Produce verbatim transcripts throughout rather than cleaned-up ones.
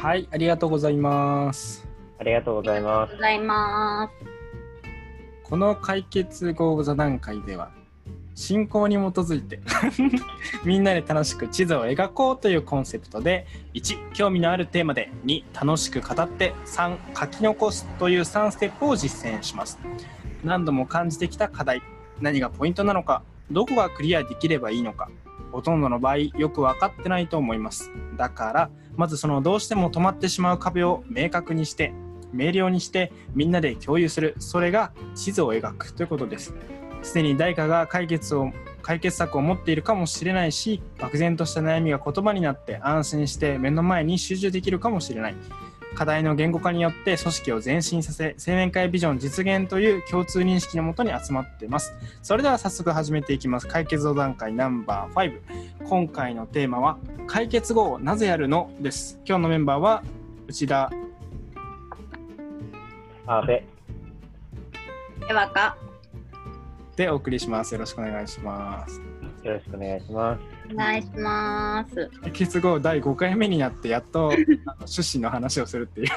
はい、ありがとうございます。 ありがとうございます。 ございます。 この解決後座談会では、信仰に基づいてみんなで楽しく地図を描こうというコンセプトで、いち興味のあるテーマで、に楽しく語って、さん書き残すというさんステップを実践します。何度も感じてきた課題、何がポイントなのか、どこがクリアできればいいのか、ほとんどの場合よく分かってないと思います。だからまずそのどうしても止まってしまう壁を明確にして明瞭にしてみんなで共有する、それが地図を描くということです。すでに誰かが解決を解決策を持っているかもしれないし、漠然とした悩みが言葉になって安心して目の前に集中できるかもしれない。課題の言語化によって組織を前進させ、青年会ビジョン実現という共通認識のもとに集まっています。それでは早速始めていきます。解決座談会ナンバーご。今回のテーマは解決後なぜやるのです。今日のメンバーは内田、 阿部、 エワカでお送りします。よろしくお願いします。 よろしくお願いします。 お願いします。 解決後だいごかいめになってやっと趣旨の話をするっていう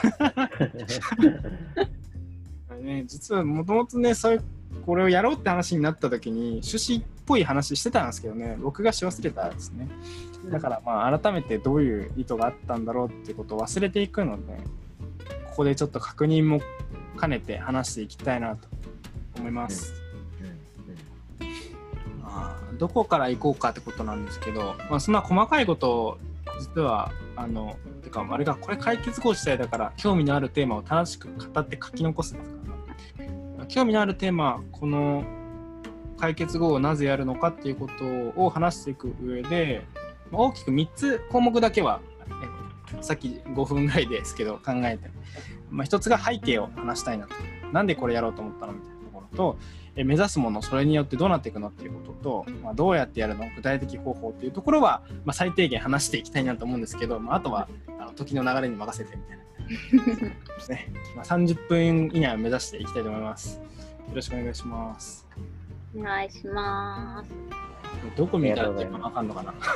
ね、実はもともとね、そういうこれをやろうって話になった時に趣旨っぽい話してたんですけどね、僕がし忘れたんですね。だからまあ改めてどういう意図があったんだろうっていうことを忘れていくので、ここでちょっと確認も兼ねて話していきたいなと思います。まあ、どこから行こうかってことなんですけど、まあ、そんな細かいことを実はあのてかあれがこれ解決後自体だから、興味のあるテーマを楽しく語って書き残すんですから、興味のあるテーマ、この解決後をなぜやるのかっていうことを話していく上で、まあ、大きくみっつ項目だけはさっきごふんぐらいですけど考えて、まあ、ひとつが背景を話したいなと、なんでこれやろうと思ったのみたいなところと、え目指すもの、それによってどうなっていくのっていうことと、まあ、どうやってやるの、具体的方法っていうところは、まあ、最低限話していきたいなと思うんですけど、まあ、あとはあの時の流れに任せてみたいなですね。まあ、さんじゅっぷん以内を目指していきたいと思います。よろしくお願いします。 お願いします。 どこ見たらって分かんのかな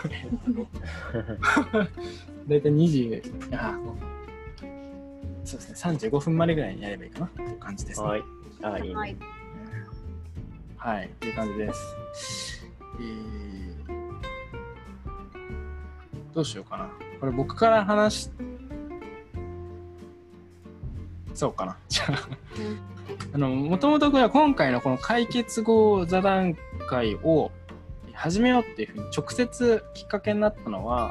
だいたいにじゅう、あそうですね、さんじゅうごふんまでぐらいにやればいいかなっていう感じですね。 はい、あ、いいね。 はい。 はい、という感じです。えー、どうしようかな。これ僕から話し、そうかな。じゃあ、あの、もともとこれは今回のこの解決後座談会を始めようっていうふうに直接きっかけになったのは、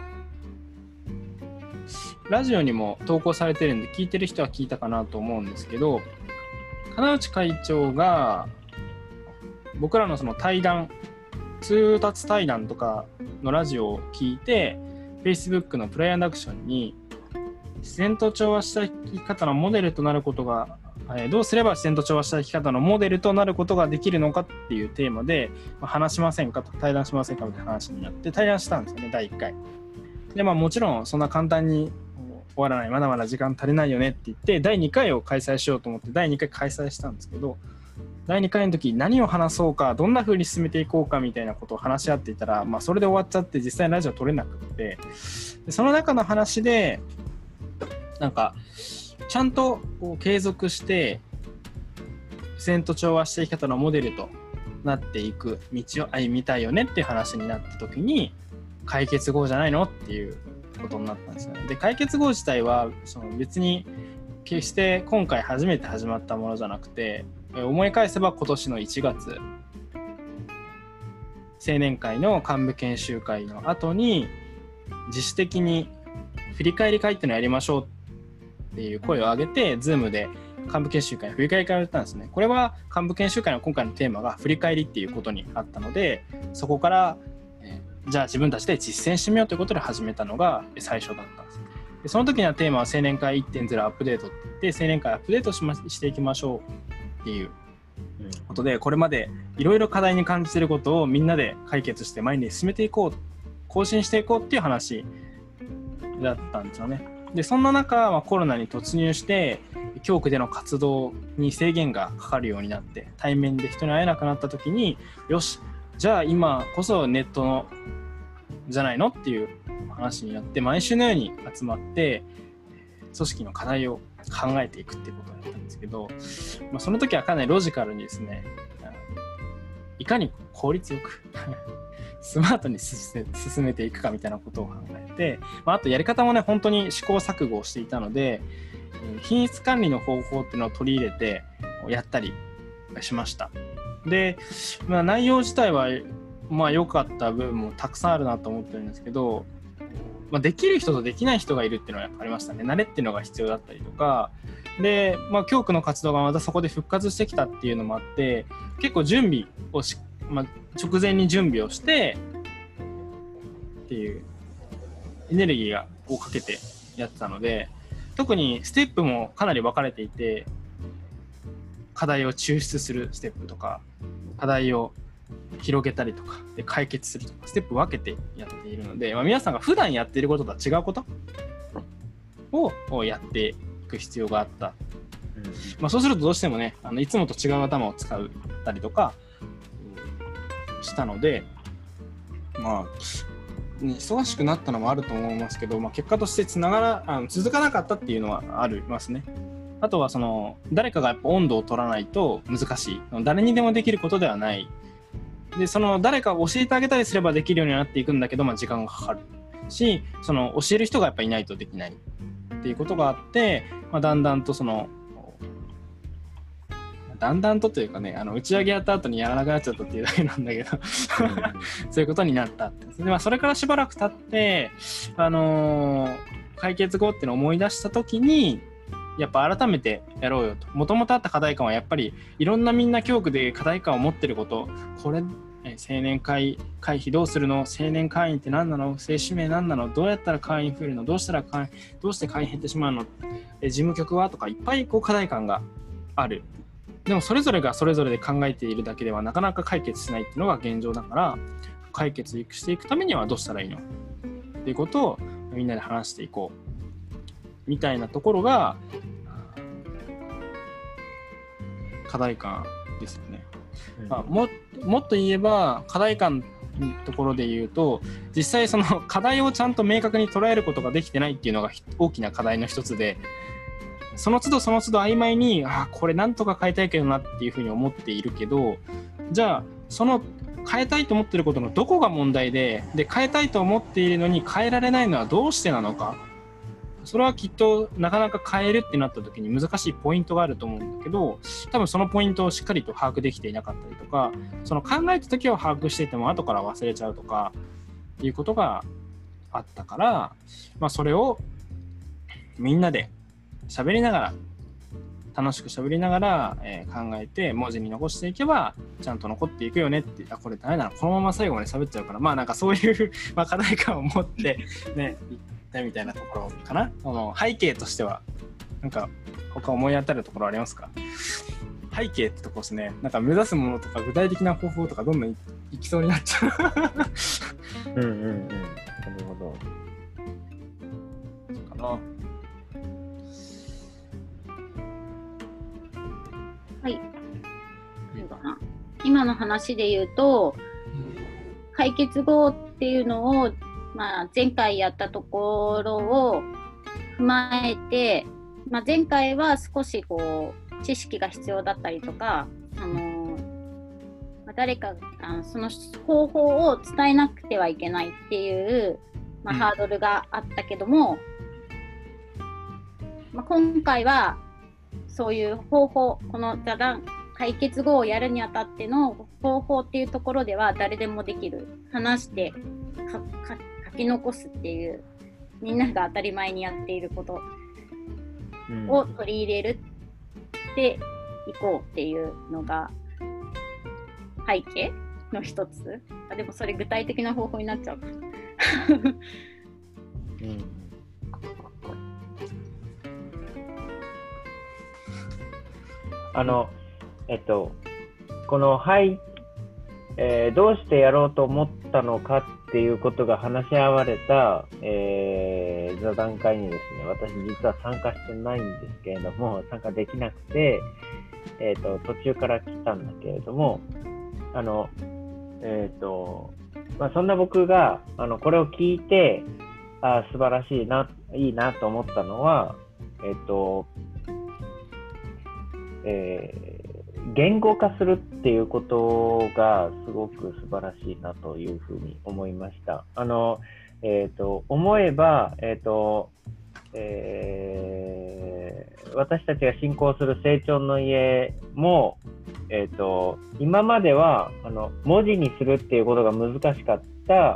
ラジオにも投稿されてるんで聞いてる人は聞いたかなと思うんですけど、金内会長が僕らのその対談、通達対談とかのラジオを聞いて、Facebook のプライアンドアクションに自然と調和した生き方のモデルとなることが、えー、どうすれば自然と調和した生き方のモデルとなることができるのかっていうテーマで、まあ、話しませんかと、対談しませんかみたいな話になって対談したんですよね、だいいっかいで。まあもちろんそんな簡単に終わらない、まだまだ時間足りないよねって言ってだいにかいを開催しようと思ってだいにかい開催したんですけど、だいにかいの時何を話そうか、どんな風に進めていこうかみたいなことを話し合っていたら、まあ、それで終わっちゃって実際にラジオ撮れなくて、でその中の話でなんかちゃんとこう継続して自然と調和した生き方のモデルとなっていく道を歩みたいよねっていう話になった時に、解決後じゃないのっていうことになったんですよね。で解決後自体はその別に決して今回初めて始まったものじゃなくて、思い返せば今年のいちがつ青年会の幹部研修会の後に自主的に振り返り会っていうのをやりましょうっていう声を上げて Zoom で幹部研修会の振り返り会をやったんですね。これは幹部研修会の今回のテーマが振り返りっていうことにあったので、そこから、えー、じゃあ自分たちで実践してみようということで始めたのが最初だったんです。でその時のテーマは青年会 いってんゼロ アップデートって言って、青年会アップデートし、ま、していきましょうっていうことで、これまでいろいろ課題に感じていることをみんなで解決して前に進めていこう、更新していこうっていう話だったんですよね。でそんな中、まあ、コロナに突入して教区での活動に制限がかかるようになって、対面で人に会えなくなった時に、よしじゃあ今こそネットのじゃないのっていう話になって、毎週のように集まって組織の課題を考えていくっていうことだったんですけど、まあ、その時はかなりロジカルにですね、いかに効率よくスマートに進めていくかみたいなことを考えて、まあ、あとやり方もね本当に試行錯誤をしていたので、品質管理の方法っていうのを取り入れてやったりしました。で、まあ、内容自体はまあ良かった部分もたくさんあるなと思ってるんですけど、まあ、できる人とできない人がいるっていうのはやっぱありましたね。慣れっていうのが必要だったりとかで、まあ、教区の活動がまたそこで復活してきたっていうのもあって、結構準備をし、まあ、直前に準備をしてっていうエネルギーがをかけてやってたので、特にステップもかなり分かれていて、課題を抽出するステップとか課題を広げたりとかで解決するとかステップ分けてやっているので、まあ、皆さんが普段やっていることとは違うことをやっていく必要があった、うんまあ、そうするとどうしてもね、あのいつもと違う頭を使ったりとかしたので、まあ忙しくなったのもあると思いますけど、まあ、結果としてつながらあの続かなかったっていうのはありますね。あとはその誰かがやっぱ温度を取らないと難しい、誰にでもできることではない。でその誰かを教えてあげたりすればできるようになっていくんだけど、まあ、時間がかかるし、その教える人がやっぱいないとできないっていうことがあって、まあ、だんだんとそのだんだんとというかね、あの打ち上げやった後にやらなくなっちゃったっていうだけなんだけどそういうことになったって。で、まあ、それからしばらく経って、あのー、解決後っていうのを思い出した時にやっぱ改めてやろうよと。もともとあった課題感はやっぱりいろんなみんな教区で課題感を持ってること、これ青年会会費どうするの、青年会員って何なの、正指名何なの、どうやったら会員増えるの、どうしたら会員どうして会員減ってしまうの、え事務局はとかいっぱいこう課題感がある。でもそれぞれがそれぞれで考えているだけではなかなか解決しないっていうのが現状だから、解決していくためにはどうしたらいいのっていうことをみんなで話していこうみたいなところが課題感ですよね。うんまあ、も, もっと言えば課題感のところで言うと、実際その課題をちゃんと明確に捉えることができてないっていうのが大きな課題の一つで、その都度その都度曖昧にあこれなんとか変えたいけどなっていうふうに思っているけど、じゃあその変えたいと思っていることのどこが問題で、で変えたいと思っているのに変えられないのはどうしてなのか、それはきっとなかなか変えるってなった時に難しいポイントがあると思うんだけど、多分そのポイントをしっかりと把握できていなかったりとか、その考えた時は把握していても後から忘れちゃうとかいうことがあったから、まあ、それをみんなで喋りながら楽しく喋りながら、えー、考えて文字に残していけばちゃんと残っていくよねって、あこれダメだな、このまま最後まで喋っちゃうから、まあなんかそういうまあ課題感を持ってねいったみたいなところかな。あの背景としてはなんか他思い当たるところありますか？背景ってとこですね。なんか目指すものとか具体的な方法とかどんどん い, いきそうになっちゃううんうんうんなるほどかな。 はい。今の話で言うと、解決後っていうのを、まあ、前回やったところを踏まえて、まあ、前回は少しこう知識が必要だったりとか、あのまあ、誰かあのその方法を伝えなくてはいけないっていう、まあ、ハードルがあったけども、まあ、今回はそういう方法、この座談解決後をやるにあたっての方法っていうところでは誰でもできる、話してかか書き残すっていうみんなが当たり前にやっていることを取り入れるっていこうっていうのが背景の一つ。あでもそれ具体的な方法になっちゃうかうんあの、えっと、この、はい、えー、どうしてやろうと思ったのかっていうことが話し合われた、えー、座談会にですね、私実は参加してないんですけれども、参加できなくて、えっと、途中から来たんだけれども、あの、えっと、まあ、そんな僕が、あの、これを聞いて、あ、素晴らしいな、いいなと思ったのは、 えっと、えー、言語化するっていうことがすごく素晴らしいなというふうに思いました。あの、えっと、思えば、えっと、えー、私たちが信仰する成長の家も、えっと、今まではあの文字にするっていうことが難しかった、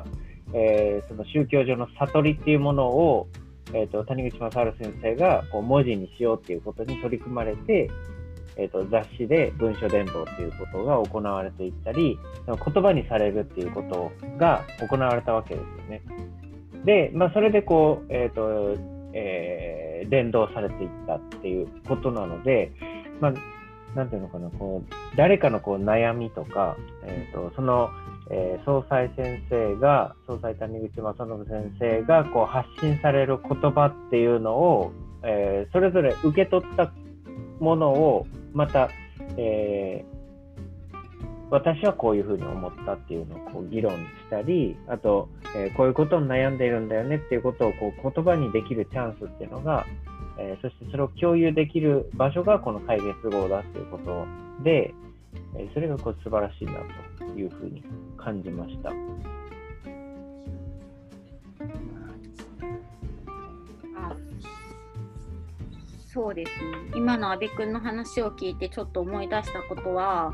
えー、その宗教上の悟りっていうものを、えっと、谷口正治先生がこう文字にしようっていうことに取り組まれて、えっと、雑誌で文書伝道っていうことが行われていったり、言葉にされるっていうことが行われたわけですよね。で、まあ、それでこう、えっとえー、伝道されていったっていうことなので、まあ、なんていうのかな、こう誰かのこう悩みとか、えー、とその、えー、総裁先生が総裁谷口正信先生がこう発信される言葉っていうのを、えー、それぞれ受け取ったものをまた、えー私はこういうふうに思ったっていうのをこう議論したり、あと、えー、こういうことに悩んでいるんだよねっていうことをこう言葉にできるチャンスっていうのが、えー、そしてそれを共有できる場所がこの解決号だっていうことで、えー、それがこう素晴らしいなというふうに感じました。 あ、そうですね。今の阿部君の話を聞いてちょっと思い出したことは、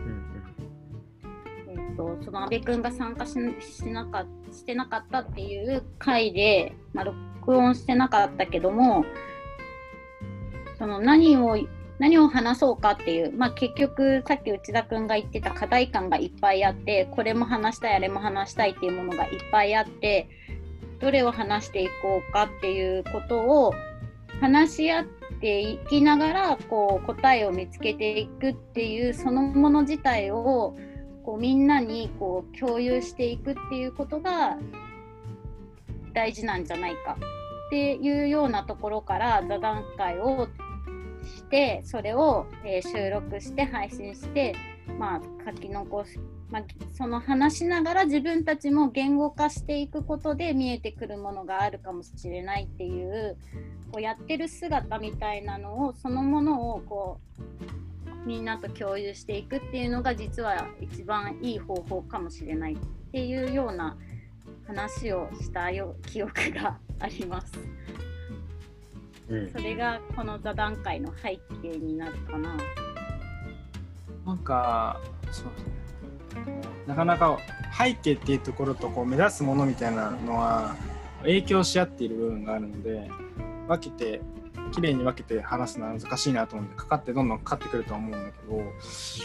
その阿部君が参加 し, し, なかしてなかったっていう回で、まあ、録音してなかったけども、その何を何を話そうかっていう、まあ、結局さっき内田君が言ってた課題感がいっぱいあって、これも話したいあれも話したいっていうものがいっぱいあって、どれを話していこうかっていうことを話し合っていきながらこう答えを見つけていくっていうそのもの自体をこうみんなにこう共有していくっていうことが大事なんじゃないかっていうようなところから座談会をして、それを、えー、収録して配信して、まあ、書き残す、まあ、その話しながら自分たちも言語化していくことで見えてくるものがあるかもしれないっていう、こうやってる姿みたいなのをそのものをこうみんなと共有していくっていうのが実は一番いい方法かもしれないっていうような話をしたよ記憶があります、うん、それがこの座談会の背景になるかな。 なんかそうですね、なかなか背景っていうところとこう目指すものみたいなのは影響し合っている部分があるので、分けて綺麗に分けて話すのは難しいなと思うんで、かかってどんどんかかってくるとは思うんだけど、うん、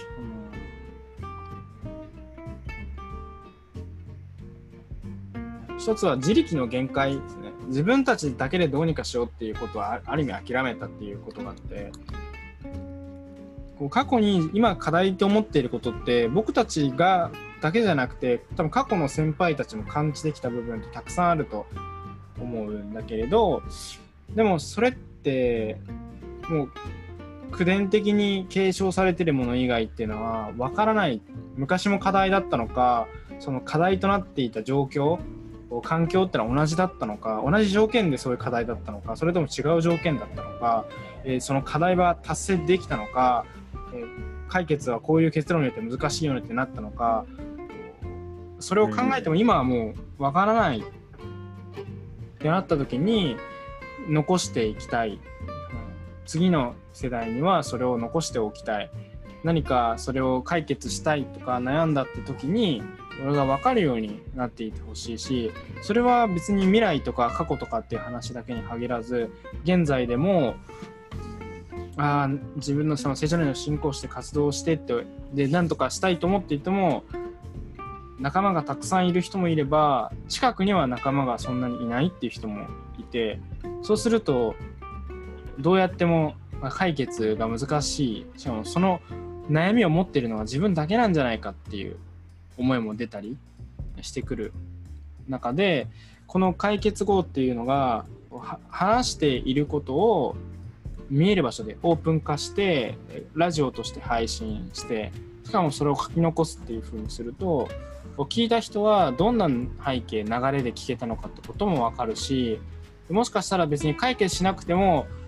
一つは自力の限界ですね。自分たちだけでどうにかしようっていうことはある意味諦めたっていうことがあって、こう過去に今課題と思っていることって僕たちがだけじゃなくて、多分過去の先輩たちも感じてきた部分ってたくさんあると思うんだけれど、でもそれってもう口伝的に継承されているもの以外っていうのは分からない。昔も課題だったのか、その課題となっていた状況、環境ってのは同じだったのか、同じ条件でそういう課題だったのか、それとも違う条件だったのか、えー、その課題は達成できたのか、えー、解決はこういう結論によって難しいよねってなったのか、それを考えても今はもう分からないってなった時に残していきたい、次の世代にはそれを残しておきたい、何かそれを解決したいとか悩んだって時に俺が分かるようになっていてほしいし、それは別に未来とか過去とかっていう話だけに限らず、現在でもあ自分のその成長年を進行して活動してってで何とかしたいと思っていても、仲間がたくさんいる人もいれば、近くには仲間がそんなにいないっていう人もいて、そうするとどうやっても解決が難しい、しかもその悩みを持っているのは自分だけなんじゃないかっていう思いも出たりしてくる中で、この解決号っていうのが話していることを見える場所でオープン化してラジオとして配信して、しかもそれを書き残すっていう風にすると、聞いた人はどんな背景流れで聞けたのかってことも分かるし、もしかしたら別に解決しなくても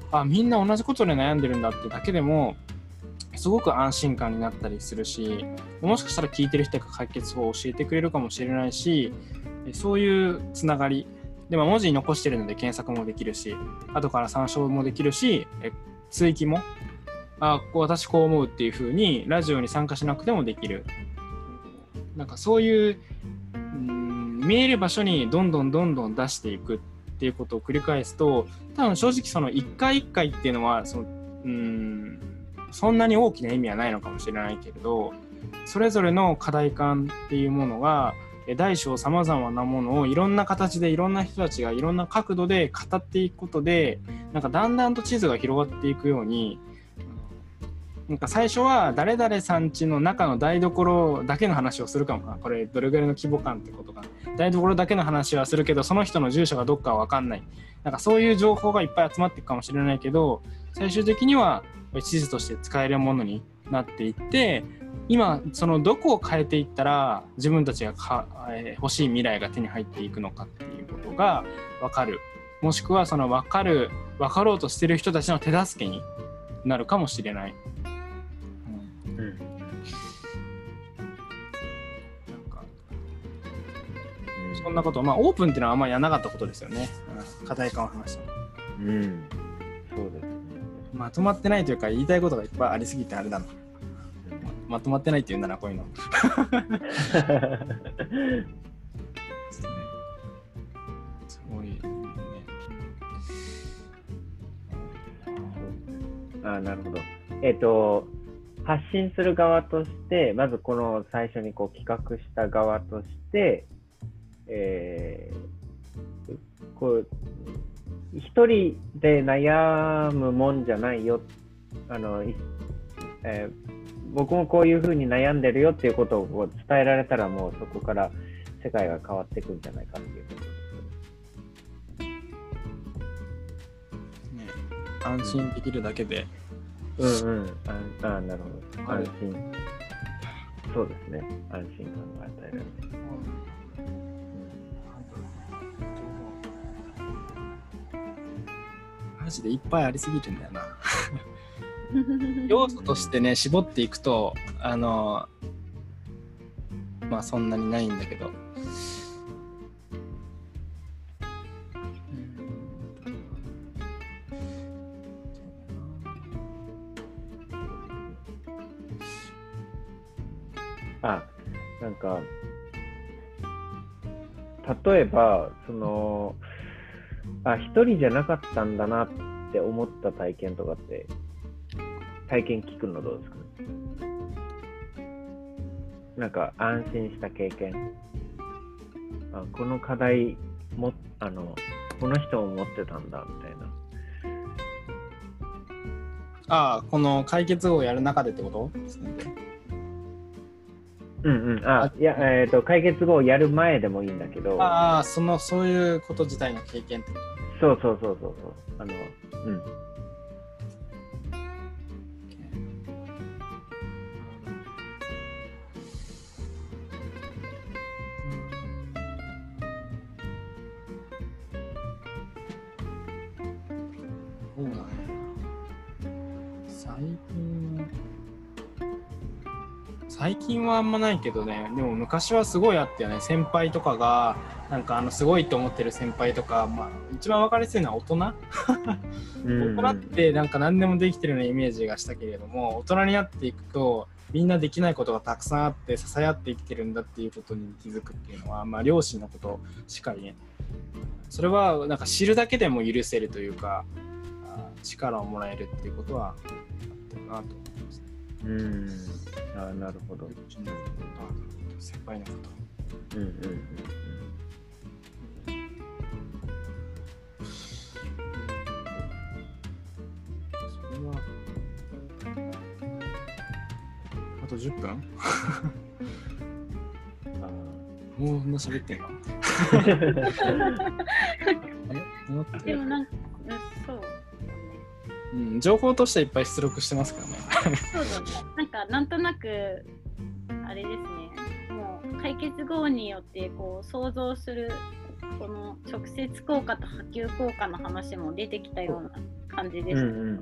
あ、みんな同じことで悩んでるんだってだけでもすごく安心感になったりするし、もしかしたら聞いてる人が解決法を教えてくれるかもしれないし、そういうつながりで、まあ、文字に残してるので検索もできるし、後から参照もできるし、え追記も、あ、こう私こう思うっていう風にラジオに参加しなくてもできる。なんかそういう、うーん、見える場所にどんどんどんどん出していくっていうことを繰り返すと、多分正直その一回一回っていうのはその、うーん、そんなに大きな意味はないのかもしれないけれど、それぞれの課題感っていうものが大小さまざまなものをいろんな形でいろんな人たちがいろんな角度で語っていくことで、なんかだんだんと地図が広がっていくように、なんか最初は誰々さん家の中の台所だけの話をするかも、これどれぐらいの規模感ってことか、台所だけの話はするけどその人の住所がどっかは分かんない、なんかそういう情報がいっぱい集まっていくかもしれないけど、最終的には地図として使えるものになっていって、今そのどこを変えていったら自分たちがか、えー、欲しい未来が手に入っていくのかっていうことが分かる、もしくはその分かる分かろうとしている人たちの手助けになるかもしれない。うんうん、なんか、うん、そんなこと、まあオープンっていうのはあんまりやらなかったことですよね、うん、課題感を話した。 うん、そうですね。 まとまってないというか言いたいことがいっぱいありすぎてあれだな。まとまってないって言うんだな、こういうの。すごいね。 あ、なるほど。えっと、発信する側として、まずこの最初にこう企画した側として、えー、こう一人で悩むもんじゃないよ。あの、えー僕もこういうふうに悩んでるよっていうことをこう伝えられたら、もうそこから世界が変わっていくんじゃないかっていうことですね。安心できるだけで。 うんうん。ああ、なるほど。 はい、 安心。そうですね。安心感が与えられる。 うん、マジでいっぱいありすぎるんだよな。要素としてね絞っていくとあのまあそんなにないんだけど、 あ、なんか例えばそのあ一人じゃなかったんだなって思った体験とかって体験聞くのどうですかね。なんか安心した経験、あこの課題もあのこの人も持ってたんだみたいな。 ああ、この解決をやる中でってことですね。 うんうん。あ、いや、えっと解決後をやる前でもいいんだけど。 ああ、そのそういうこと自体の経験ってこと。 そうそうそうそうそう。あのうん。 そうだね。最近最近はあんまないけどね。でも昔はすごいあったよね。先輩とかがなんかあのすごいと思ってる先輩とか、まあ一番分かりやすいのは大人。大人ってなんか何でもできてるようなイメージがしたけれども、大人になっていくとみんなできないことがたくさんあって支え合って生きてるんだっていうことに気づくっていうのは、まあ両親のことしかりね。それはなんか知るだけでも許せるというか、力をもらえるっていうことはあったかなと思いますね。 うん。あ、なるほど。 先輩のこと。 うんうんうんうん。 それはあとじゅっぷん？もうこんな喋ってんの？ えでもなんかそううん、情報としていっぱい出力してますからね。 そうだね。なんかなんとなくあれですね。もう解決号によってこう想像するこの直接効果と波及効果の話も出てきたような感じです、 うんうんうん、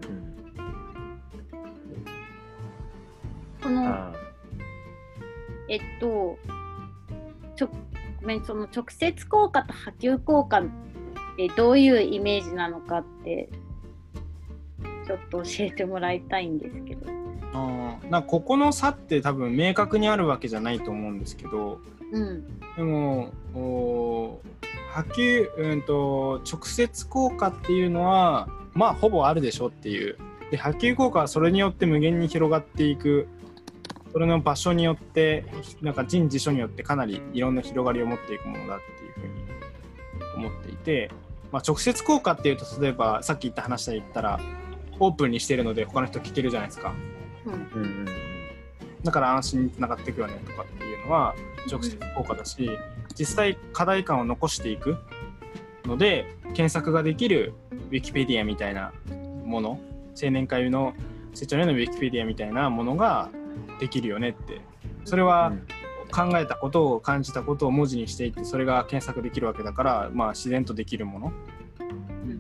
このえっとちょごめんその直接効果と波及効果ってどういうイメージなのかってちょっと教えてもらいたいんですけど。 あなんかここの差って多分明確にあるわけじゃないと思うんですけど、 うん、 でも波及、うんと、直接効果っていうのはまあほぼあるでしょっていう。で波及効果はそれによって無限に広がっていく。それの場所によってなんか人事所によってかなりいろんな広がりを持っていくものだっていうふうに思っていて、まあ、直接効果っていうと例えばさっき言った話で言ったらオープンにしてるので他の人聞けるじゃないですか、 うんうんうん、 だから安心につながっていくよねとかっていうのは直接効果だし、実際課題感を残していくので検索ができるウィキペディアみたいなもの、青年会の成長へのウィキペディアみたいなものができるよねって、それは考えたことを感じたことを文字にしていってそれが検索できるわけだから、まあ、自然とできるもの、うん、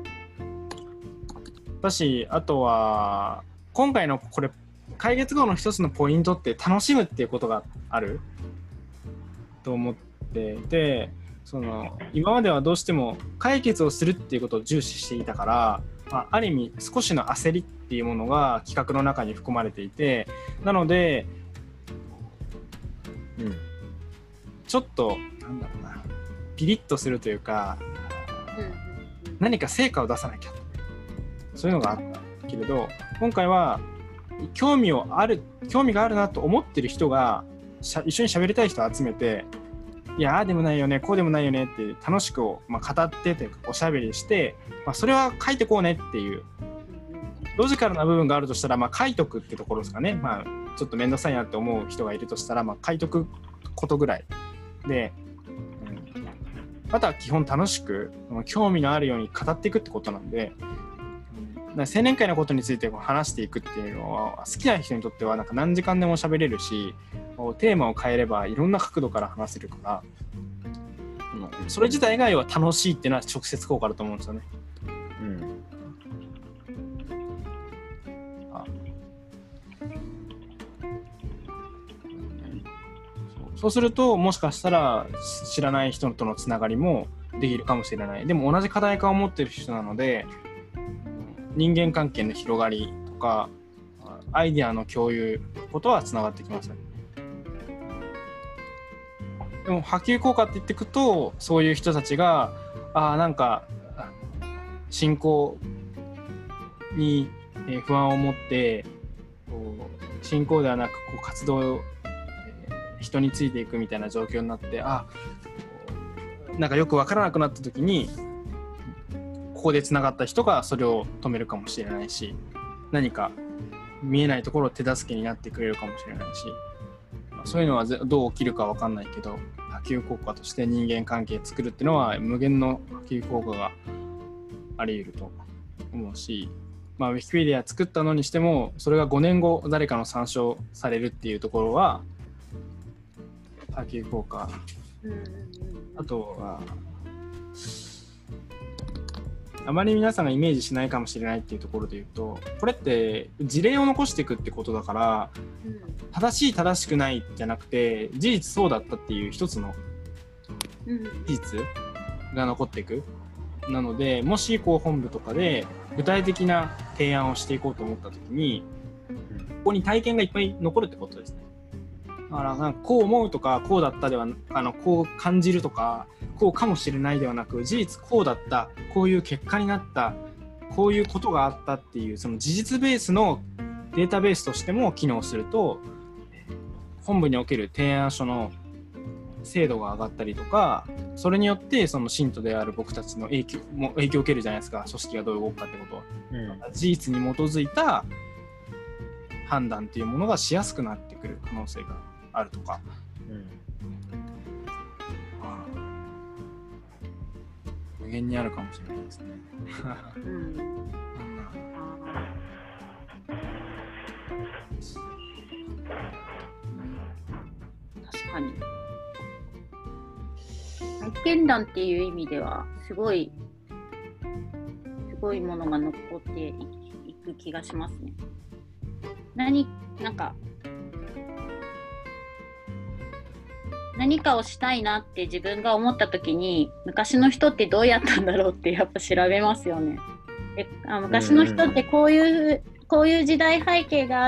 だし、あとは今回のこれ解決後の一つのポイントって楽しむっていうことがあると思っていて、その今まではどうしても解決をするっていうことを重視していたから、まあ、ある意味少しの焦りっていうものが企画の中に含まれていて、なので、うん、ちょっとなんだろうな、ピリッとするというか、うん、何か成果を出さなきゃ、そういうのがあったけれど、今回は興味をある興味があるなと思ってる人がしゃ一緒に喋りたい人を集めて、いやああでもないよねこうでもないよねって楽しく、まあ、語ってというかおしゃべりして、まあ、それは書いてこうねっていうロジカルな部分があるとしたら、まあ、書いとくってところですかね。まあ、ちょっと面倒くさいなって思う人がいるとしたら、まあ、書いとくことぐらいで、うん、あとは基本楽しく興味のあるように語っていくってことなんで、うん、だから青年会のことについて話していくっていうのは好きな人にとってはなんか何時間でも喋れるし、テーマを変えればいろんな角度から話せるから、うん、それ自体が要は楽しいっていうのは直接効果だと思うんですよね。うん、あそう、そうするともしかしたら知らない人とのつながりもできるかもしれない。でも同じ課題感を持っている人なので、人間関係の広がりとかアイデアの共有ことはつながってきますね。でも波及効果って言っていくと、そういう人たちがあなんか進行に不安を持って進行ではなくこう活動を人についていくみたいな状況になって、あなんかよく分からなくなった時にここでつながった人がそれを止めるかもしれないし、何か見えないところを手助けになってくれるかもしれないし、そういうのはどう起きるか分かんないけど、波及効果として人間関係作るっていうのは無限の波及効果があり得ると思うし、まあ、ウィキペディア作ったのにしてもそれがごねんご誰かの参照されるっていうところは波及効果、うんうんうん、あとはあまり皆さんがイメージしないかもしれないっていうところで言うと、これって事例を残していくってことだから、うん、正しい正しくないじゃなくて事実そうだったっていう一つの事実が残っていく、うん、なのでもし広報部とかで具体的な提案をしていこうと思った時に、ここに体験がいっぱい残るってことですね。だからなんかこう思うとかこうだったではあのこう感じるとかこうかもしれないではなく、事実こうだった、こういう結果になった、こういうことがあったっていうその事実ベースのデータベースとしても機能すると、本部における提案書の精度が上がったりとか、それによってその信徒である僕たちの影響も影響を受けるじゃないですか。組織がどう動くかってことは、うん、事実に基づいた判断っていうものがしやすくなってくる可能性があるとか、うん無限にあるかもしれないですね。うん、 確か体験談っていう意味ではすごいすごいものが残っていく気がしますね。何なんか何かをしたいなって自分が思った時に昔の人ってどうやったんだろうってやっぱ調べますよね。えあ昔の人ってこういうこういう時代背景があって、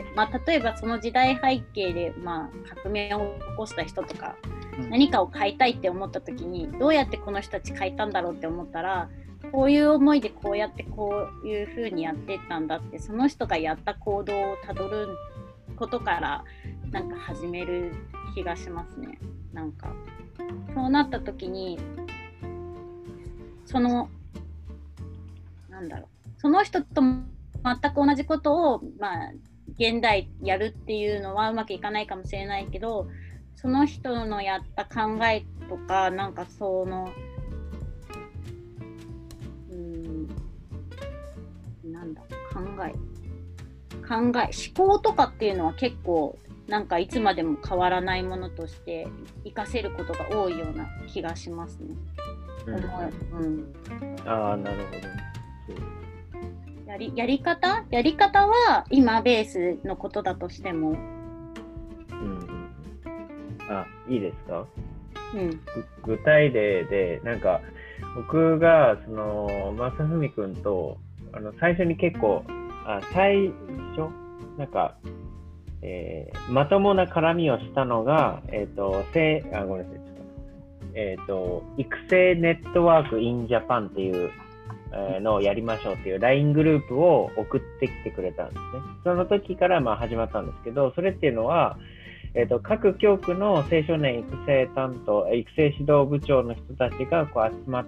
まあ、例えばその時代背景で、まあ、革命を起こした人とか、うん、何かを変えたいって思った時にどうやってこの人たち変えたんだろうって思ったらこういう思いでこうやってこういう風にやってったんだってその人がやった行動をたどることからなんか始める気がしますね。なんかそうなった時にそのなんだろうその人と全く同じことをまあ現代やるっていうのはうまくいかないかもしれないけどその人のやった考えとかなんかそのうーんなんだ考え考え思考とかっていうのは結構なんかいつまでも変わらないものとして活かせることが多いような気がしますね。 うんうん、 ああなるほど。 やり、やり方やり方は今ベースのことだとしても、 うん、あいいですか、 うん、 具体例でなんか僕がその正文君とあの最初に結構あ最初なんか、えー、まともな絡みをしたのがえっ、ー、とせあごめんなさいちょっとえっ、ー、と育成ネットワーク in Japan っていうのをやりましょうっていう ライン グループを送ってきてくれたんですね。その時からまあ始まったんですけど、それっていうのは、えーと、各教区の青少年育成担当、育成指導部長の人たちがこう集まって、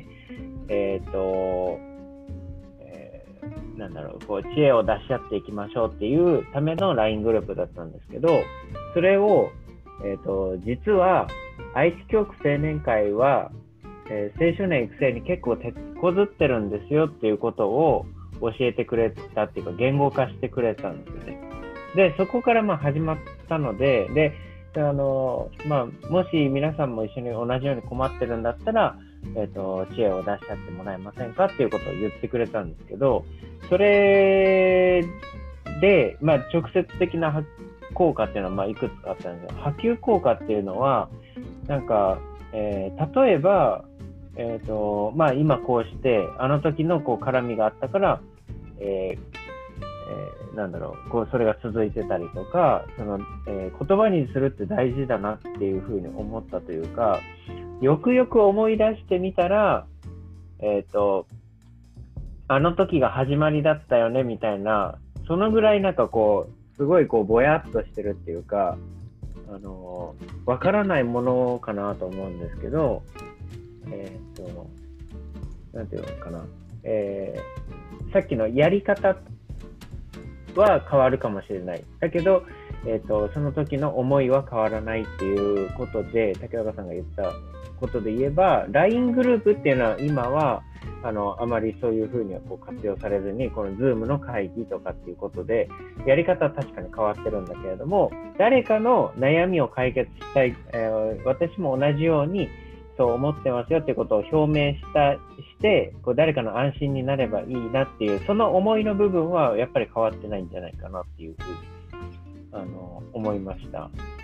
えーとえー、なんだろう、こう知恵を出し合っていきましょうっていうための ライン グループだったんですけど、それを、えーと、実は愛知教区青年会はえー、青少年育成に結構手こずってるんですよっていうことを教えてくれたっていうか言語化してくれたんですよね。でそこからまあ始まったので、であの、まあ、もし皆さんも一緒に同じように困ってるんだったら、えーと、知恵を出しちゃってもらえませんかっていうことを言ってくれたんですけど、それで、まあ、直接的な効果っていうのはまあいくつかあったんですけど、波及効果っていうのはなんか、えー、例えばえーとまあ、今こうしてあの時のこう絡みがあったから、えーえー、なんだろうこうそれが続いてたりとかその、えー、言葉にするって大事だなっていうふうに思ったというかよくよく思い出してみたら、えーと、あの時が始まりだったよねみたいなそのぐらいなんかこうすごいこうぼやっとしてるっていうかあのわからないものかなと思うんですけどえー、となんていうのかな、えー、さっきのやり方は変わるかもしれないだけど、えー、とその時の思いは変わらないっていうことで竹岡さんが言ったことで言えば ライン グループっていうのは今はあのあまりそういうふうにはこう活用されずにこの Zoom の会議とかっていうことでやり方は確かに変わってるんだけれども誰かの悩みを解決したい、えー、私も同じようにそう思ってますよっていうことを表明したしてこう誰かの安心になればいいなっていうその思いの部分はやっぱり変わってないんじゃないかなっていうふうにあの思いました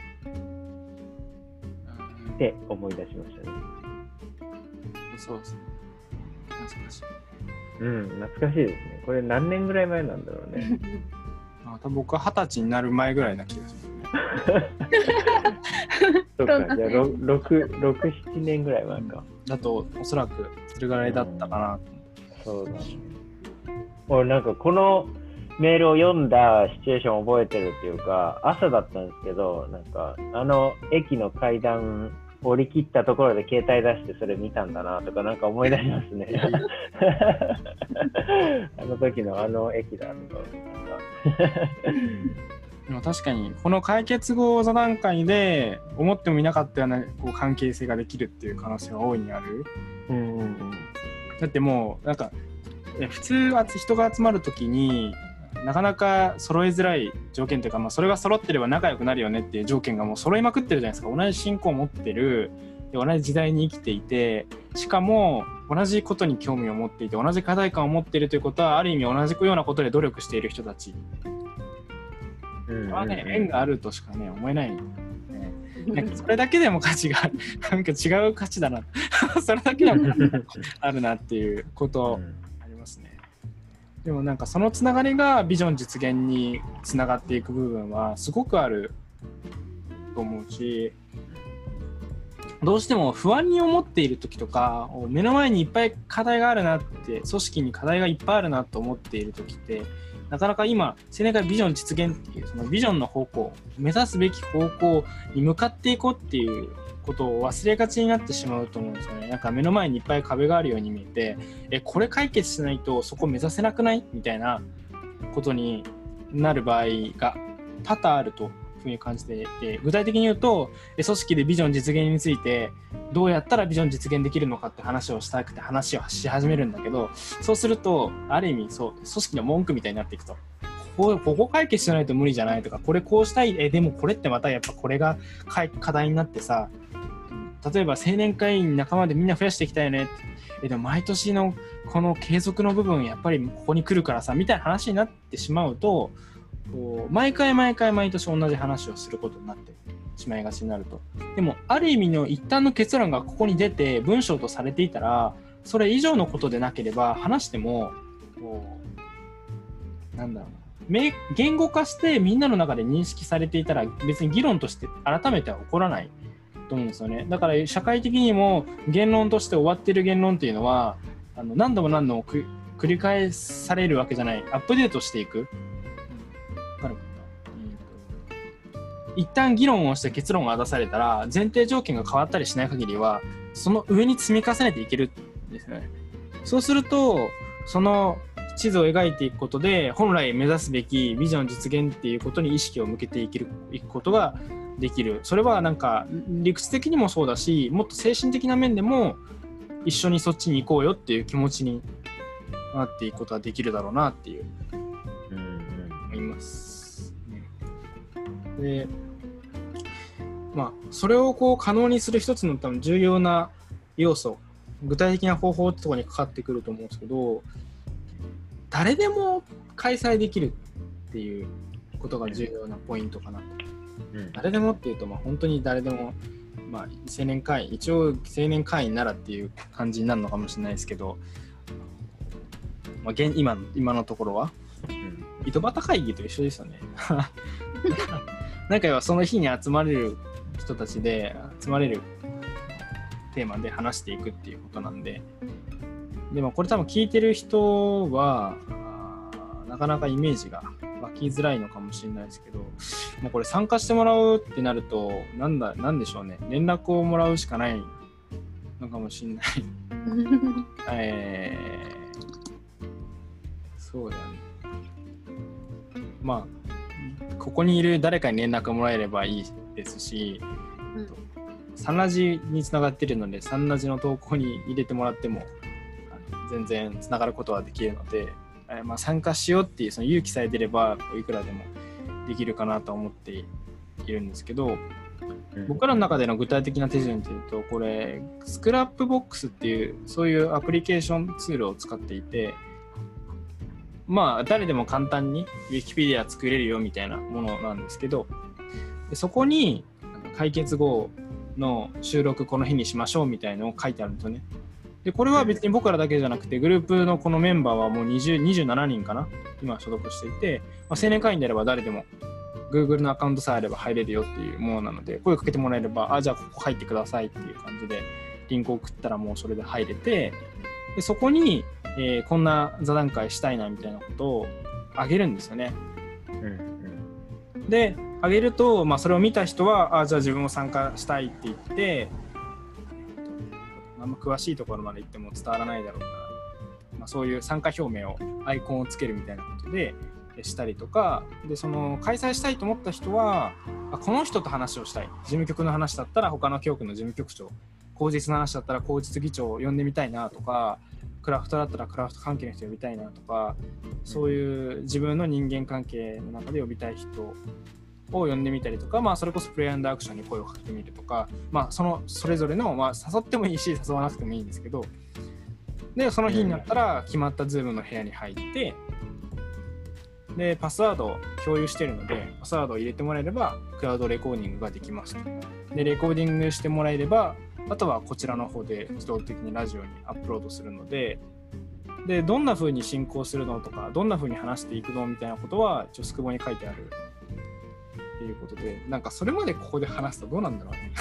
って思い出しましたね。 そうですね。懐かしい。 うん懐かしいですね。これ何年ぐらい前なんだろうね。 あ多分僕は二十歳になる前ぐらいな気がしますね。 そうか、じゃあろく、ろく、ななねんぐらい前か。 だとおそらくそれぐらいだったかなと、うん。そうだね。俺なんかこのメールを読んだシチュエーションを覚えてるっていうか、朝だったんですけど、なんかあの駅の階段降り切ったところで携帯出してそれ見たんだなとかなんか思い出しますね。あの時のあの駅だとか。 でも確かにこの解決後座談会で思ってもみなかったようなこう関係性ができるっていう可能性は大いにある、 うんうんうん、 だってもうなんか普通人が集まるときになかなか揃えづらい条件というか、まあ、それが揃ってれば仲良くなるよねっていう条件がもう揃いまくってるじゃないですか。同じ信仰を持ってるで同じ時代に生きていて、しかも同じことに興味を持っていて同じ課題感を持っているということは、ある意味同じようなことで努力している人たち、 うんうんうん、 これはね縁があるとしかね思えない、ね、なんかそれだけでも価値がなんか違う価値だなそれだけでもあるなっていうことありますね。でもなんかそのつながりがビジョン実現につながっていく部分はすごくあると思うし、どうしても不安に思っている時とか、目の前にいっぱい課題があるなって、組織に課題がいっぱいあるなと思っている時って、なかなか今青年会ビジョン実現っていうそのビジョンの方向、目指すべき方向に向かっていこうっていうことを忘れがちになってしまうと思うんですよね。なんか目の前にいっぱい壁があるように見えて、えこれ解決しないとそこ目指せなくないみたいなことになる場合が多々あるとふうに感じていて、具体的に言うと組織でビジョン実現についてどうやったらビジョン実現できるのかって話をしたくて話をし始めるんだけど、そうするとある意味そう組織の文句みたいになっていくと、ここ、ここ解決しないと無理じゃないとか、これこうしたい、えでもこれってまたやっぱこれが課題になってさ、例えば青年会員仲間でみんな増やしていきたいよねって、えでも毎年のこの継続の部分やっぱりここに来るからさみたいな話になってしまうと、こう毎回毎回毎年同じ話をすることになってしまいがちになると。でもある意味の一旦の結論がここに出て文章とされていたら、それ以上のことでなければ話してもこうなんだろうな、言語化してみんなの中で認識されていたら別に議論として改めては起こらないと思うんですよね。だから社会的にも言論として終わっている言論っていうのはあの何度も何度も繰り返されるわけじゃない、アップデートしていく。わかるかな、えーと、一旦議論をして結論が出されたら前提条件が変わったりしない限りはその上に積み重ねていけるんですよね。そうするとその地図を描いていくことで本来目指すべきビジョン実現っていうことに意識を向けていけるいくことができる。それはなんか理屈的にもそうだし、もっと精神的な面でも一緒にそっちに行こうよっていう気持ちになっていくことができるだろうなっていう思います。で、まあそれをこう可能にする一つの多分重要な要素、具体的な方法ってところにかかってくると思うんですけど、誰でも開催できるっていうことが重要なポイントかなと。うん、誰でもっていうと、まあ、本当に誰でも、まあ、青年会員、一応青年会員ならっていう感じになるのかもしれないですけど、まあ、現 今, 今のところは、うん、井戸端会議と一緒ですよね。なんかその日に集まれる人たちで集まれるテーマで話していくっていうことなんで、でもこれ多分聞いてる人はなかなかイメージが湧きづらいのかもしれないですけど、もうこれ参加してもらうってなるとなんだなんでしょうね、連絡をもらうしかないのかもしれない。えー、そうだよね。まあここにいる誰かに連絡をもらえればいいですし、うん、サンラジにつながっているのでサンラジの投稿に入れてもらっても全然つながることはできるので、えーまあ、参加しようっていうその勇気さえ出ればいくらでもできるかなと思っているんですけど、うん、僕らの中での具体的な手順というと、これスクラップボックスっていうそういうアプリケーションツールを使っていて、まあ誰でも簡単に Wikipedia 作れるよみたいなものなんですけど、でそこに解決後の収録この日にしましょうみたいなのを書いてあるんですよね。でこれは別に僕らだけじゃなくてグループのこのメンバーはもうにじゅう、にじゅうななにんかな今所属していて、まあ、青年会員であれば誰でも Google のアカウントさえあれば入れるよっていうものなので、声かけてもらえれば、あじゃあここ入ってくださいっていう感じでリンクを送ったらもうそれで入れて、でそこに、えー、こんな座談会したいなみたいなことをあげるんですよね。うんうん、であげると、まあ、それを見た人はあじゃあ自分も参加したいって言って、あんま詳しいところまで行っても伝わらないだろうから、まあ、そういう参加表明をアイコンをつけるみたいなことでしたりとかで、その開催したいと思った人はあこの人と話をしたい、事務局の話だったら他の教区の事務局長、口実の話だったら口実議長を呼んでみたいなとか、クラフトだったらクラフト関係の人を呼びたいなとか、そういう自分の人間関係の中で呼びたい人を呼んでみたりとか、まあ、それこそプレイアンドアクションに声をかけてみるとか、まあ、そのそれぞれの、まあ、誘ってもいいし誘わなくてもいいんですけど、でその日になったら決まった Zoom の部屋に入って、でパスワードを共有しているので、パスワードを入れてもらえればクラウドレコーディングができますと。でレコーディングしてもらえれば、あとはこちらの方で自動的にラジオにアップロードするので、でどんな風に進行するのとか、どんな風に話していくのみたいなことは一応スクボに書いてあるっていうことで、なんかそれまでここで話すとどうなんだろうね。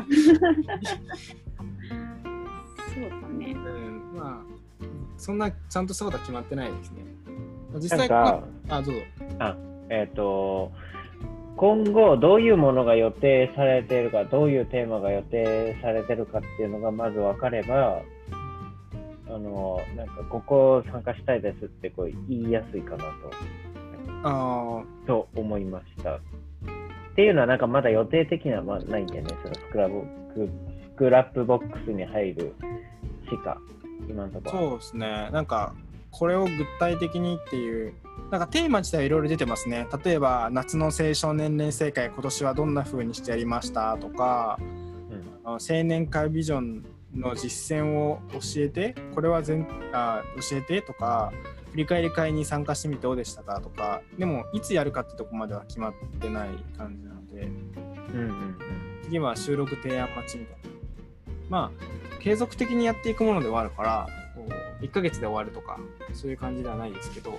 そうだね。 うん、まあそんなちゃんとしたことは決まってないですね。実際なんか、 まあ、あどうぞ。 あ、えっと、今後どういうものが予定されているか、どういうテーマが予定されているかっていうのがまず分かれば、あの、なんかここ参加したいですってこう言いやすいかなと、 あと思いました。っていうのはなんかまだ予定的にはまあないんでね、そのスクラブ、スクラップボックスに入るしか、今のところ。 そうですね。なんかこれを具体的にっていう、なんかテーマ自体いろいろ出てますね。例えば夏の青少年連成会今年はどんな風にしてやりましたとか、うん、青年会ビジョンの実践を教えて、これは全あ教えてとか、振り返り会に参加してみてどうでしたかとか、でもいつやるかってとこまでは決まってない感じなので、 うんうんうん、 次は収録提案待ちみたいな。まあ継続的にやっていくものではあるから、こういっかげつで終わるとかそういう感じではないですけど。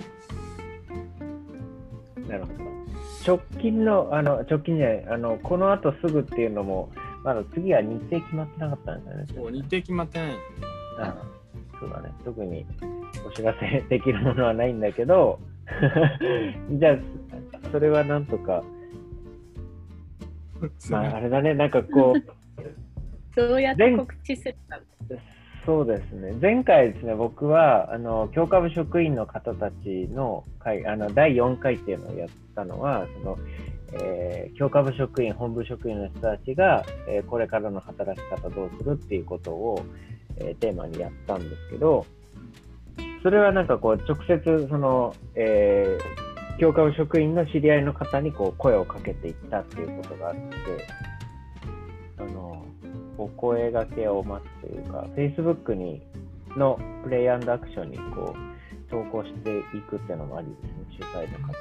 なるほど。直近の、あの直近じゃない、あのこの後すぐっていうのも、まだ次は日程決まってなかったんですよね。 そう、日程決まってない。 ああ、そうだね。特にお知らせできるものはないんだけど、じゃあ、それはなんとか、まあ、あれだね、なんかこう、 どうやって告知するか。 そうですね。前回ですね、僕はあの教科部職員の方たちの会、あのだいよんかいっていうのをやったのは、その、えー、教科部職員、本部職員の人たちが、えー、これからの働き方どうするっていうことを、えー、テーマにやったんですけど、それはなんかこう直接その、えー、教科部職員の知り合いの方にこう声をかけていったっていうことがあって、あのお声掛けを待つというか、Facebook にのプレイアンドアクションにこう投稿していくっていうのもありですね、主催の方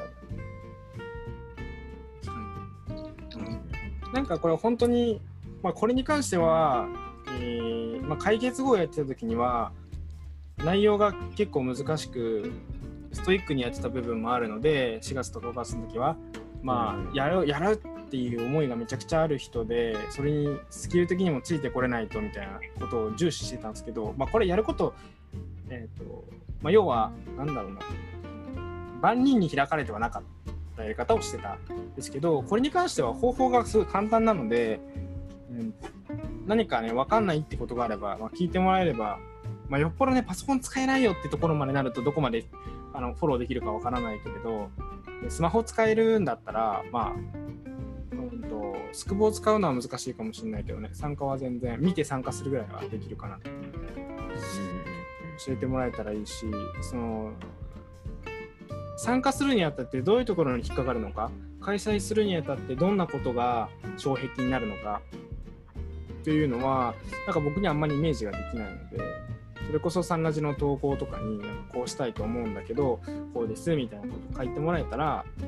うん、なんかこれ本当に、まあ、これに関しては、えーまあ、解決後をやってた時には内容が結構難しくストイックにやってた部分もあるので、しがつとごがつの時はまあやるやるっていう思いがめちゃくちゃある人で、それにスキル的にもついてこれないとみたいなことを重視してたんですけど、まあこれやること、えっとまあ、要はなんだろうな、万人に開かれてはなかったやり方をしてたんですけど、これに関しては方法がすごい簡単なので、うん、何かね分かんないってことがあれば、まあ、聞いてもらえれば、まあ、よっぽどねパソコン使えないよってところまでなるとどこまであのフォローできるか分からないけれど、スマホ使えるんだったらまあうんとスクボを使うのは難しいかもしれないけどね、参加は全然見て参加するぐらいはできるかなと、うん、教えてもらえたらいいし、その参加するにあたってどういうところに引っかかるのか、開催するにあたってどんなことが障壁になるのかというのはなんか僕にはあんまりイメージができないので、それこそサンラジの投稿とかになんかこうしたいと思うんだけどこうですみたいなことを書いてもらえたら、うん、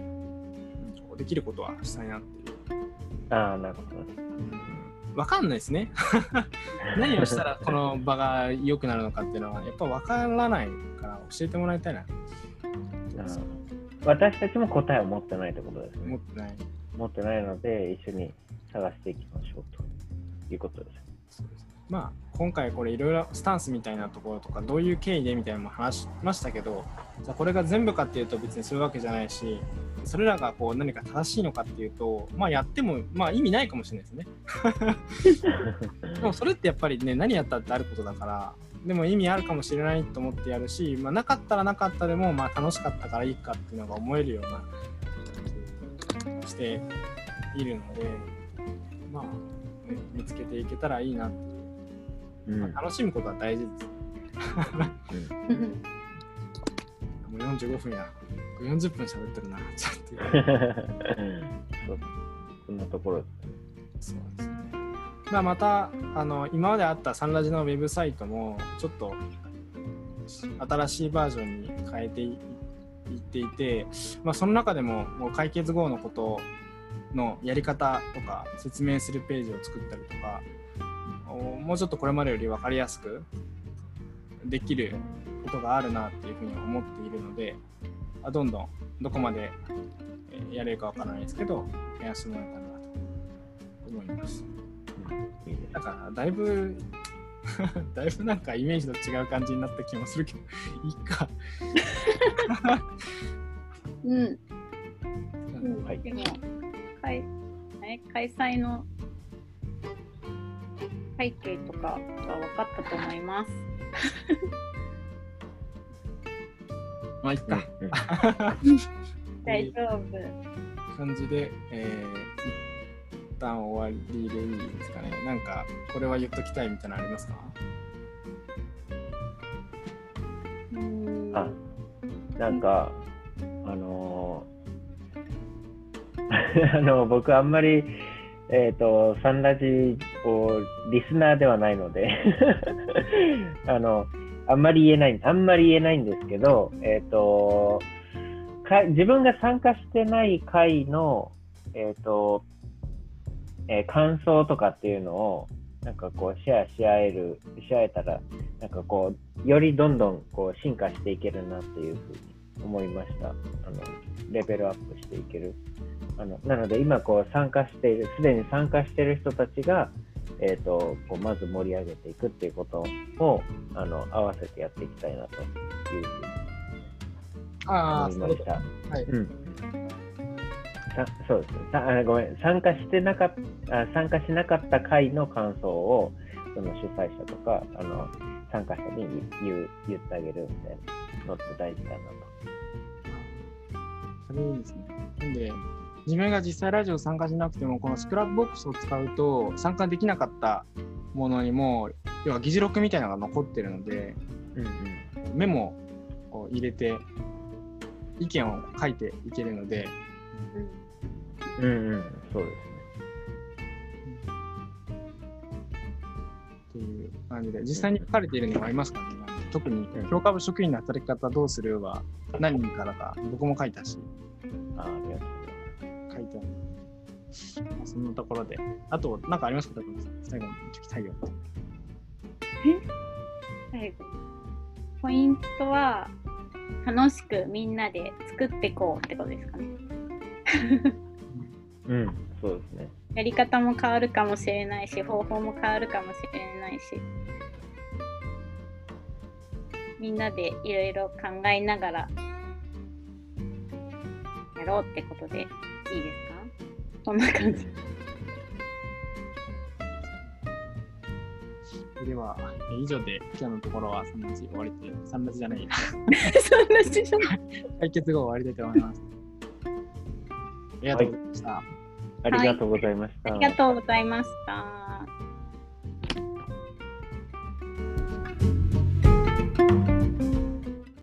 できることはしたいなっていう。 ああ、なるほど。 うん、分かんないですね何をしたらこの場が良くなるのかっていうのはやっぱ分からないから教えてもらいたいな。 私たちも答えを持ってないってことですね。 持ってない持ってないので一緒に探していきましょうということです。 そうです。まあ今回これいろいろスタンスみたいなところとかどういう経緯でみたいなのも話しましたけど、じゃあこれが全部かっていうと別にそういうわけじゃないし、それらがこう何か正しいのかっていうと、まあやってもまあ意味ないかもしれないですねでもそれってやっぱりね、何やったってあることだから、でも意味あるかもしれないと思ってやるし、まあ、なかったらなかったでもまあ楽しかったからいいかっていうのが思えるような感じしているので、まあ、ね、見つけていけたらいいなっていう、うん、まあ、楽しむことは大事ですもうよんじゅうごふんやよんじゅっぷん喋ってるなちょっとそうそんなところですね。 そうですね。まあ、またあの今まであったサンラジのウェブサイトもちょっと新しいバージョンに変えていっていて、まあ、その中でも、もう解決後のことのやり方とか説明するページを作ったりとか、もうちょっとこれまでより分かりやすくできることがあるなっていうふうに思っているので、どんどんどこまでやれるか分からないですけどやらせてもらえたらなと思います。だからだいぶだいぶなんかイメージと違う感じになった気もするけどいいかうん、うん、 はい、 でも開開催の背景とかが分かったと思いますまあいいか、 うん、大丈夫感じで、えー一旦終わりでいいですかね。なんかこれは言っときたいみたいなのありますか？ うーんあ、なんかあのー、あの僕あんまりえっとサンラジをリスナーではないのであのあんまり言えないあんまり言えないんですけど、えっとか自分が参加してない会のえっとえー、感想とかっていうのをなんかこうシェアし合えるし合えたらなんかこうよりどんどんこう進化していけるなっていうふうに思いました。あのレベルアップしていける。あのなので今こう参加しているすでに参加している人たちがえーとこうまず盛り上げていくっていうことをあの合わせてやっていきたいなというふうにあ思いました。 はい。 うんさそうですねさあごめん参加してなかった参加しなかった会の感想をその主催者とかあの参加者に言う言ってあげるみたいなのって大事だなと。 それいいですね。なんで自分が実際ラジオ参加しなくてもこのスクラップボックスを使うと参加できなかったものにも要は議事録みたいなのが残ってるので、 うんうん、 メモを入れて意見を書いていけるので、 うんうん、そうですね。 っていう感じで、実際に書かれているのもありますからね。特に評価部職員の働き方どうするは何人からか僕も書いたし、 あありがとう書いてある。まあ、そんなところで、あと何かありますか？最後に聞きたいよ。 最後ポイントは楽しくみんなで作っていこうってことですかね。 うん、そうですね。 やり方も変わるかもしれないし、方法も変わるかもしれないし、みんなでいろいろ考えながらやろうってことでいいですか？そんな感じ。 では、以上で今日のところはさんラジ終わりで、さんラジじゃないそんなじじゃない解決後終わりたいと思います。ありがとうございました。 ありがとうございました。 ありがとうございました。